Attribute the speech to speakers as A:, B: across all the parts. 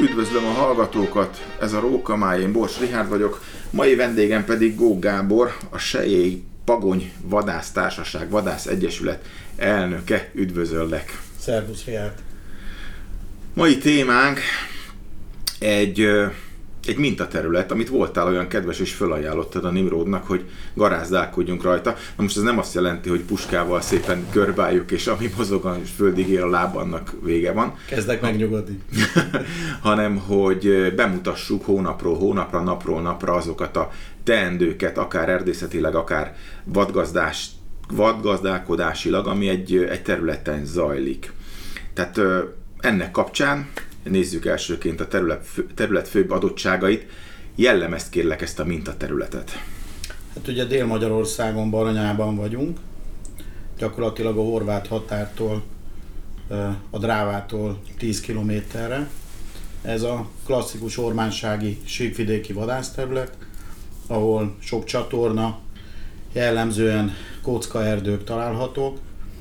A: Üdvözlöm a hallgatókat, ez a Rókamáj, én Bors Richárd vagyok, mai vendégem pedig Góth Gábor, a Selyei Pagony Vadász Társaság, Vadász Egyesület elnöke. Üdvözöllek!
B: Szervusz, Richárd!
A: Mai témánk egy mintaterület, amit voltál olyan kedves és fölajánlottad a Nimrodnak, hogy garázdálkodjunk rajta. Na most ez nem azt jelenti, hogy puskával szépen körbáljuk, és ami mozog a földig ér a láb, annak vége van.
B: Kezdek megnyugodni.
A: Hanem, hogy bemutassuk hónapról hónapra, napról napra azokat a teendőket, akár erdészetileg, akár vadgazdálkodásilag, ami egy területen zajlik. Tehát ennek kapcsán nézzük elsőként a terület főbb adottságait. Jellemezd kérlek ezt a mintaterületet.
B: Hát ugye Dél-Magyarországon, Baranyában vagyunk, gyakorlatilag a horvát határtól, a Drávától 10 kilométerre. Ez a klasszikus ormánsági síkvidéki vadászterület, ahol sok csatorna, jellemzően kockaerdők találhatók.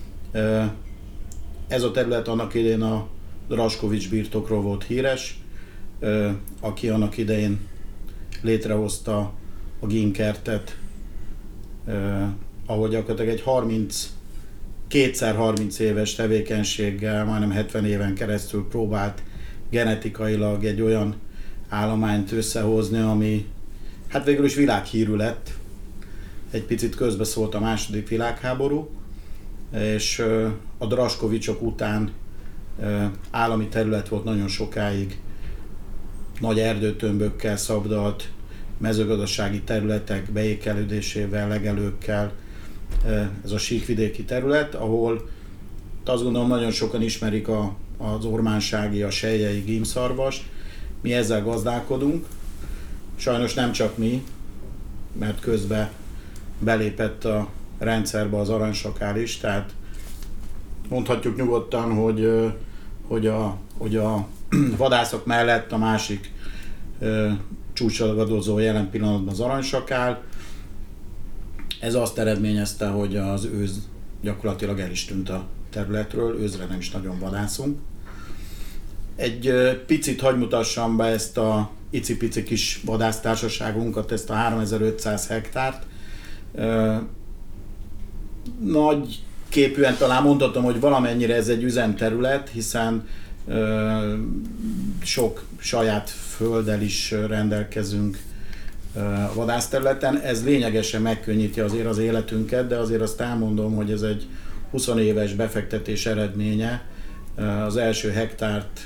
B: Ez a terület annak idején a Draskovics birtokról volt híres, aki annak idején létrehozta a Ginkertet, ahol gyakorlatilag egy 30 éves tevékenységgel, majdnem 70 éven keresztül próbált genetikailag egy olyan állományt összehozni, ami hát végül is világhírű lett. Egy picit közbeszólt a második világháború, és a Draskovicsok után állami terület volt nagyon sokáig, nagy erdőtömbökkel szabdalt, mezőgazdasági területek beékelődésével, legelőkkel, ez a síkvidéki terület, ahol azt gondolom nagyon sokan ismerik az ormánsági, a selyei gímszarvast. Mi ezzel gazdálkodunk, sajnos nem csak mi, mert közben belépett a rendszerbe az aranysakál is, tehát mondhatjuk nyugodtan, hogy a vadászok mellett a másik csúcsragadozó jelen pillanatban az aranysakál. Ez azt eredményezte, hogy az őz gyakorlatilag el is tűnt a területről, őzre nem is nagyon vadászunk. Egy picit hadd mutassam be ezt a icipici kis vadásztársaságunkat, ezt a 3500 hektárt. Nagy képűen talán mondhatom, hogy valamennyire ez egy üzemterület, hiszen sok saját földdel is rendelkezünk a vadászterületen. Ez lényegesen megkönnyíti azért az életünket, de azért azt elmondom, hogy ez egy 20 éves befektetés eredménye. Az első hektárt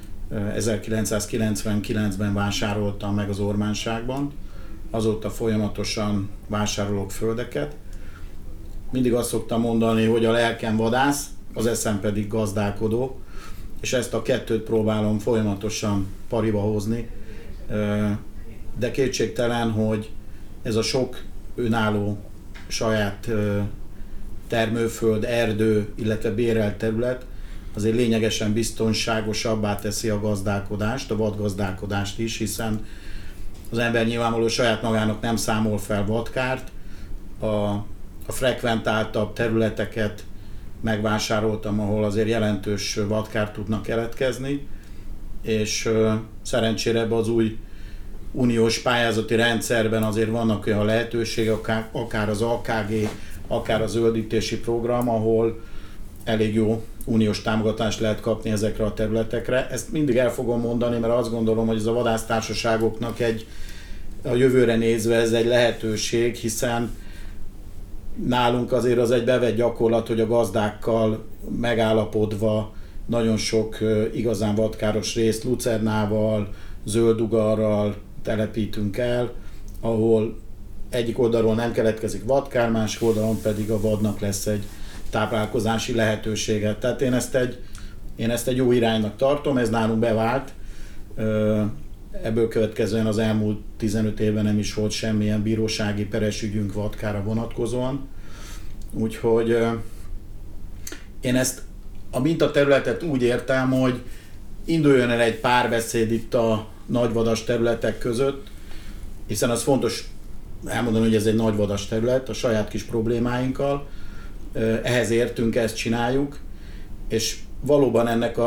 B: 1999-ben vásároltam meg az Ormánságban, azóta folyamatosan vásárolok földeket. Mindig azt szoktam mondani, hogy a lelkem vadász, az eszem pedig gazdálkodó, és ezt a kettőt próbálom folyamatosan pariba hozni, de kétségtelen, hogy ez a sok önálló saját termőföld, erdő, illetve bérelt terület azért lényegesen biztonságosabbá teszi a gazdálkodást, a vadgazdálkodást is, hiszen az ember nyilvánvalóan saját magának nem számol fel vadkárt, a frekventáltabb területeket megvásároltam, ahol azért jelentős vadkár tudnak keletkezni, és szerencsére ebben az új uniós pályázati rendszerben azért vannak olyan lehetőségek, akár az AKG, akár a zöldítési program, ahol elég jó uniós támogatást lehet kapni ezekre a területekre. Ezt mindig el fogom mondani, mert azt gondolom, hogy ez a vadásztársaságoknak a jövőre nézve ez egy lehetőség, hiszen nálunk azért az egy bevett gyakorlat, hogy a gazdákkal megállapodva nagyon sok igazán vadkáros részt lucernával, zöldugarral telepítünk el, ahol egyik oldalról nem keletkezik vadkár, másik oldalon pedig a vadnak lesz egy táplálkozási lehetősége. Tehát én ezt egy jó iránynak tartom, ez nálunk bevált. Ebből következően az elmúlt 15 évben nem is volt semmilyen bírósági peres ügyünk vadkára vonatkozóan. Úgyhogy én ezt a mintaterületet úgy értem, hogy induljon el egy párbeszéd itt a nagyvadas területek között, hiszen az fontos elmondani, hogy ez egy nagyvadas terület a saját kis problémáinkkal. Ehhez értünk, ezt csináljuk, és valóban ennek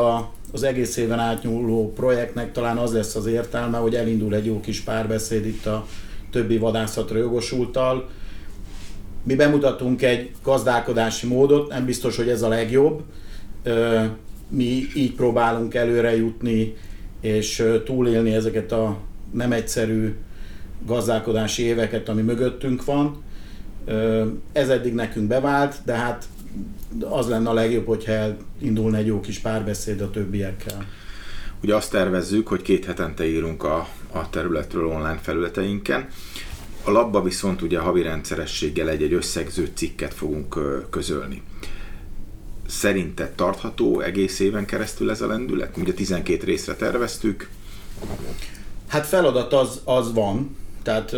B: az egész éven átnyúló projektnek talán az lesz az értelme, hogy elindul egy jó kis párbeszéd itt a többi vadászatra jogosulttal. Mi bemutatunk egy gazdálkodási módot, nem biztos, hogy ez a legjobb. Mi így próbálunk előre jutni és túlélni ezeket a nem egyszerű gazdálkodási éveket, ami mögöttünk van. Ez eddig nekünk bevált, de hát az lenne a legjobb, hogyha elindulna egy jó kis párbeszéd a többiekkel.
A: Ugye azt tervezzük, hogy 2 hetente írunk a területről online felületeinken. A labba viszont ugye havi rendszerességgel egy összegző cikket fogunk közölni. Szerinted tartható egész éven keresztül ez a lendület? Ugye 12 részre terveztük.
B: Hát feladat az van. Tehát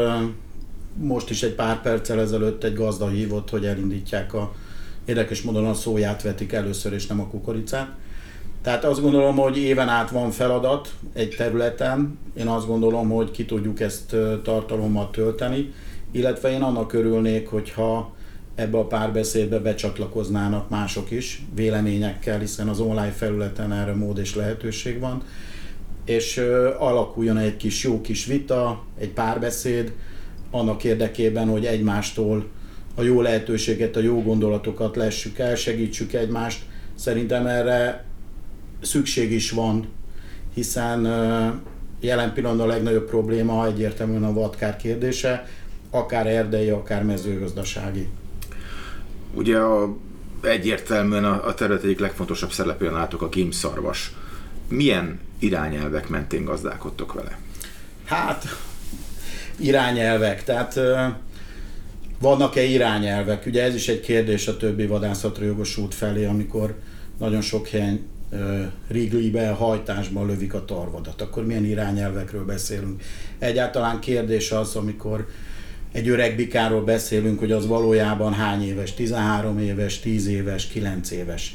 B: most is egy pár perccel ezelőtt egy gazda hívott, hogy elindítják érdekes módon a szóját vetik először, és nem a kukoricát. Tehát azt gondolom, hogy éven át van feladat egy területen. Én azt gondolom, hogy ki tudjuk ezt tartalommal tölteni, illetve én annak örülnék, hogyha ebbe a párbeszédbe becsatlakoznának mások is véleményekkel, hiszen az online felületen erre mód és lehetőség van, és alakuljon egy kis jó kis vita, egy párbeszéd annak érdekében, hogy egymástól a jó lehetőséget, a jó gondolatokat lessük el, segítsük egymást. Szerintem erre szükség is van, hiszen jelen pillanatban a legnagyobb probléma egyértelműen a vadkár kérdése, akár erdei, akár mezőgazdasági.
A: Ugye egyértelműen a terület egyik legfontosabb szereplően látok a gimbszarvas. Milyen irányelvek mentén gazdálkodtok vele?
B: Hát, irányelvek, tehát vannak-e irányelvek? Ugye ez is egy kérdés a többi vadászatra jogosult felé, amikor nagyon sok helyen Wrigleybe, hajtásban lövik a tarvadat. Akkor milyen irányelvekről beszélünk? Egyáltalán kérdés az, amikor egy öreg bikáról beszélünk, hogy az valójában hány éves, 13 éves, 10 éves, 9 éves.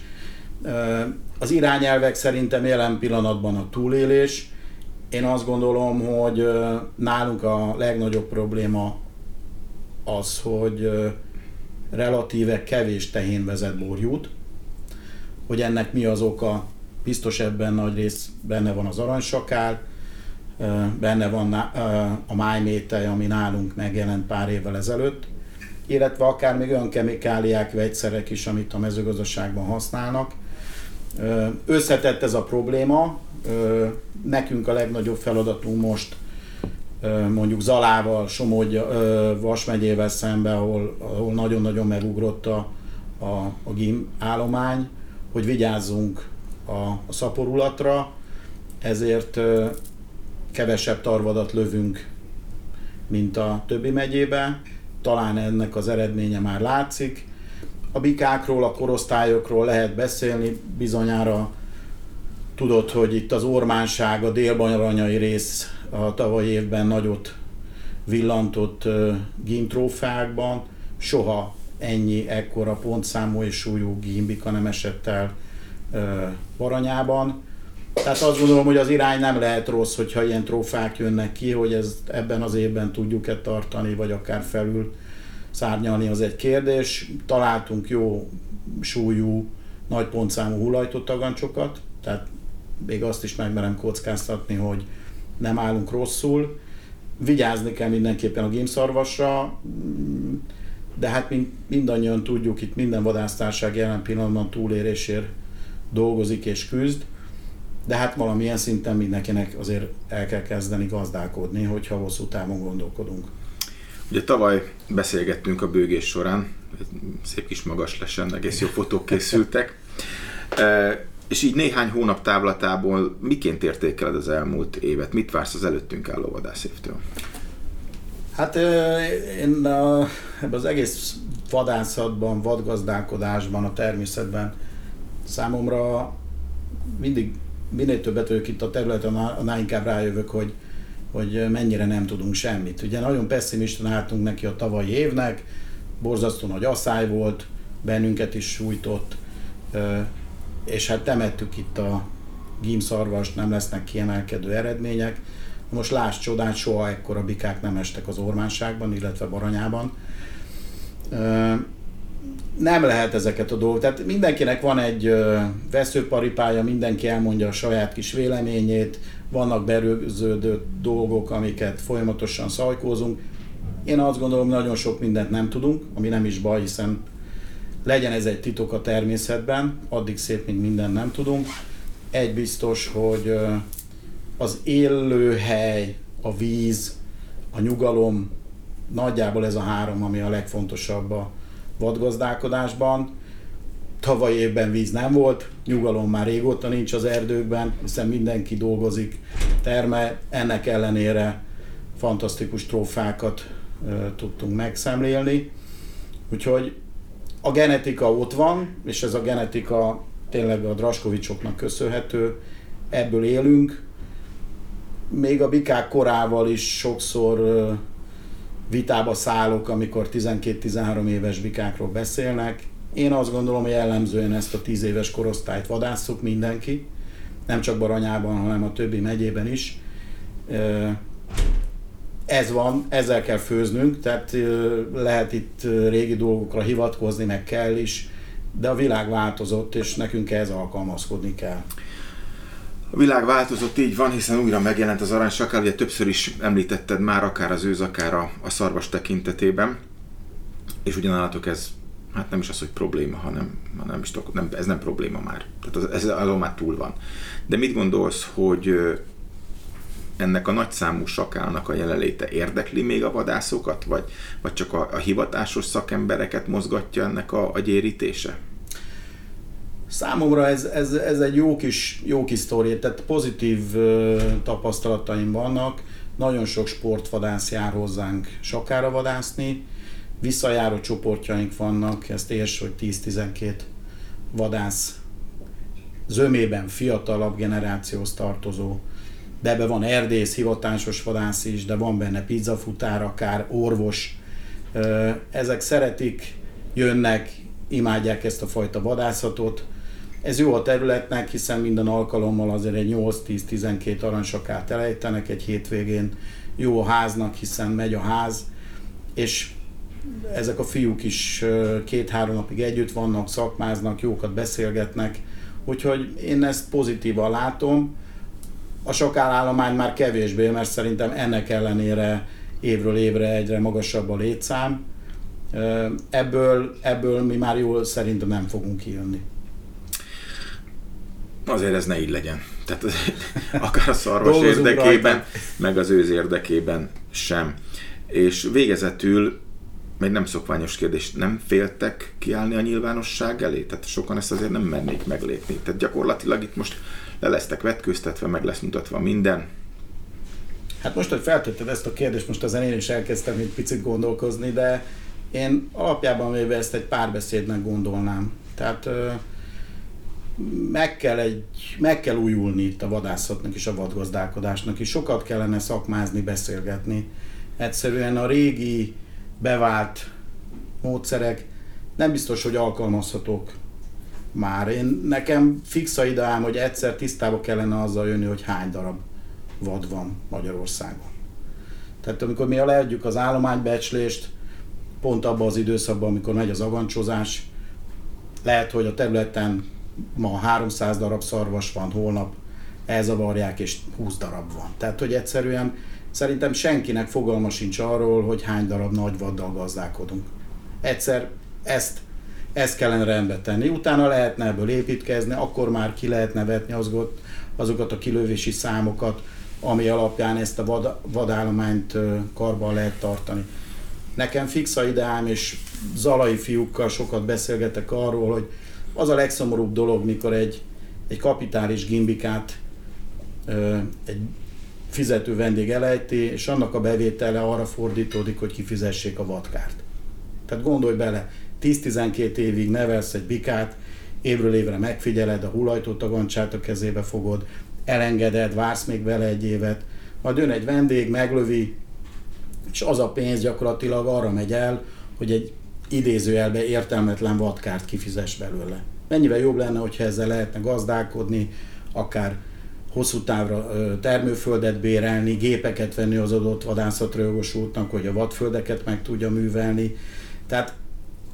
B: Az irányelvek szerintem jelen pillanatban a túlélés. Én azt gondolom, hogy nálunk a legnagyobb probléma az, hogy relatíve kevés tehén vezet borjút. Hogy ennek mi az oka, biztos ebben nagy rész benne van az aranysakál, benne van a májmétej, ami nálunk megjelent pár évvel ezelőtt, illetve akár még olyan kemikáliák, vegyszerek is, amit a mezőgazdaságban használnak. Összetett ez a probléma, nekünk a legnagyobb feladatunk most mondjuk Zalával, Somogy, Vas megyével szemben, ahol nagyon-nagyon megugrott a gím állomány, hogy vigyázzunk a szaporulatra, ezért kevesebb tarvadat lövünk, mint a többi megyébe. Talán ennek az eredménye már látszik. A bikákról, a korosztályokról lehet beszélni, bizonyára tudod, hogy itt az ormánság, a délbaranyai rész a tavalyi évben nagyot villantott gímtrófákban. Soha ekkora pontszámú és súlyú gímbika nem esett el Baranyában. Tehát azt gondolom, hogy az irány nem lehet rossz, hogyha ilyen trófák jönnek ki, hogy ezt ebben az évben tudjuk-e tartani, vagy akár felül szárnyalni, az egy kérdés. Találtunk jó súlyú, nagy pontszámú hullajtott agancsokat, tehát még azt is megmerem kockáztatni, hogy nem állunk rosszul. Vigyázni kell mindenképpen a gimbszarvasra, de hát mindannyian tudjuk, itt minden vadásztárság jelen pillanatban túlélésért dolgozik és küzd, de hát valamilyen szinten mindenkinek azért el kell kezdeni gazdálkodni, hogyha hosszú távon gondolkodunk.
A: Ugye tavaly beszélgettünk a bőgés során, szép kis magas lesen, egész jó fotók készültek, és így néhány hónap távlatából miként értékeled az elmúlt évet? Mit vársz az előttünk álló vadászévtől?
B: Hát én ebben az egész vadászatban, vadgazdálkodásban, a természetben számomra minél többet vagyok itt a területen, annál inkább rájövök, hogy mennyire nem tudunk semmit. Ugye nagyon pesszimisten álltunk neki a tavalyi évnek, borzasztó nagy asszály volt, bennünket is sújtott, és hát temettük itt a gímszarvast, nem lesznek kiemelkedő eredmények. Most láss csodát, soha ekkora bikák nem estek az ormánságban, illetve Baranyában. nem lehet ezeket a dolgokat. Tehát mindenkinek van egy veszőparipája, mindenki elmondja a saját kis véleményét, vannak berögződött dolgok, amiket folyamatosan szajkózunk. Én azt gondolom, nagyon sok mindent nem tudunk, ami nem is baj, hiszen legyen ez egy titok a természetben, addig szép, míg mindent nem tudunk. Egy biztos, hogy az élőhely, a víz, a nyugalom, nagyjából ez a három, ami a legfontosabb a vadgazdálkodásban. Tavaly évben víz nem volt, nyugalom már régóta nincs az erdőkben, hiszen mindenki dolgozik, termel, ennek ellenére fantasztikus trófákat tudtunk megszemlélni. Úgyhogy a genetika ott van, és ez a genetika tényleg a Draskovicsoknak köszönhető, ebből élünk. Még a bikák korával is sokszor vitába szállok, amikor 12-13 éves bikákról beszélnek. Én azt gondolom, hogy jellemzően ezt a 10 éves korosztályt vadásszuk mindenki, nem csak Baranyában, hanem a többi megyében is. Ez van, ezzel kell főznünk, tehát lehet itt régi dolgokra hivatkozni, meg kell is, de a világ változott, és nekünk ehhez alkalmazkodni kell.
A: A világ változott, így van, hiszen újra megjelent az aranysakál, ugye többször is említetted már, akár az őz, akár a szarvas tekintetében, és ugyanállatok ez, hát nem is az, hogy probléma, hanem ez nem probléma már, tehát ez azon már túl van. De mit gondolsz, hogy ennek a nagyszámú sakálnak a jelenléte érdekli még a vadászokat, vagy csak a hivatásos szakembereket mozgatja ennek a gyérítése?
B: Számomra ez egy jó kis sztori, tehát pozitív tapasztalataim vannak. Nagyon sok sportvadász jár hozzánk sakára vadászni, visszajáró csoportjaink vannak, ezt érts, hogy 10-12 vadász zömében fiatalabb generációhoz tartozó, de ebben van erdész, hivatásos vadász is, de van benne pizzafutár, akár orvos. Ezek szeretik, jönnek, imádják ezt a fajta vadászatot. Ez jó a területnek, hiszen minden alkalommal azért egy 8-10-12 aranysakát elejtenek egy hétvégén. Jó a háznak, hiszen megy a ház, és ezek a fiúk is 2-3 napig együtt vannak, szakmáznak, jókat beszélgetnek. Úgyhogy én ezt pozitívan látom. A sakálállomány már kevésbé, mert szerintem ennek ellenére évről évre egyre magasabb a létszám. Ebből mi már jól szerintem nem fogunk kijönni.
A: Azért ez ne így legyen. Tehát akár a szarvas érdekében, rajta, meg az őz érdekében sem. És végezetül, egy nem szokványos kérdés, nem féltek kiállni a nyilvánosság elé? Tehát sokan ezt azért nem mernék meglépni. Tehát gyakorlatilag itt most le lesztek vetkőztetve, meg lesz mutatva minden.
B: Hát most, hogy feltetted ezt a kérdést, most ezen én is elkezdtem egy picit gondolkozni, de én alapjában véve ezt egy párbeszédnek gondolnám. Tehát meg kell újulni itt a vadászatnak és a vadgazdálkodásnak is. Sokat kellene szakmázni, beszélgetni. Egyszerűen a régi, bevált módszerek nem biztos, hogy alkalmazhatók már. Nekem fix a ideám, hogy egyszer tisztába kellene azzal jönni, hogy hány darab vad van Magyarországon. Tehát amikor mi leadjuk az állománybecslést, pont abban az időszakban, amikor megy az agancsozás, lehet, hogy a területen ma 300 darab szarvas van, holnap elzavarják, és 20 darab van. Tehát, hogy egyszerűen szerintem senkinek fogalma sincs arról, hogy hány darab nagy vaddal gazdálkodunk. Egyszer ezt kellene rendbe tenni. Utána lehetne ebből építkezni, akkor már ki lehetne vetni azokat a kilövési számokat, ami alapján ezt a vadállományt karban lehet tartani. Nekem fix a ideám, és zalai fiúkkal sokat beszélgetek arról, hogy az a legszomorúbb dolog, mikor egy kapitális gimbikát egy fizető vendég elejti, és annak a bevétele arra fordítódik, hogy kifizessék a vadkárt. Tehát gondolj bele, 10-12 évig nevelsz egy bikát, évről évre megfigyeled, a hullajtó tagancsát a kezébe fogod, elengeded, vársz még vele egy évet, majd jön egy vendég, meglövi, és az a pénz gyakorlatilag arra megy el, hogy egy idézőjelben értelmetlen vadkárt kifizess belőle. Mennyivel jobb lenne, hogyha ezzel lehetne gazdálkodni, akár hosszú távra termőföldet bérelni, gépeket venni az adott vadászatra jogosultnak, hogy a vadföldeket meg tudja művelni. Tehát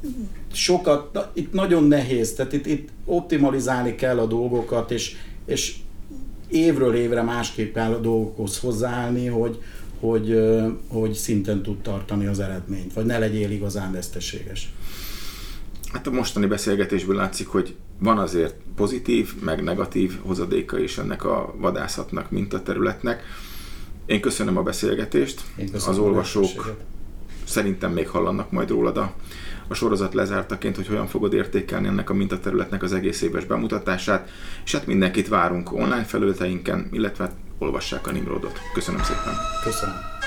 B: sokat, itt nagyon nehéz, tehát itt optimalizálni kell a dolgokat, és évről évre másképp kell a dolgokhoz hozzáállni, hogy szinten tud tartani az eredményt, vagy ne legyél igazán veszteséges.
A: Hát a mostani beszélgetésből látszik, hogy van azért pozitív, meg negatív hozadéka is ennek a vadászatnak, mintaterületnek. Én köszönöm a beszélgetést, az olvasók szerintem még hallanak majd rólad a sorozat lezártaként, hogy hogyan fogod értékelni ennek a mintaterületnek az egész éves bemutatását, és hát mindenkit várunk online felületeinken, illetve olvassák a Nimrodot. Köszönöm szépen!
B: Köszönöm!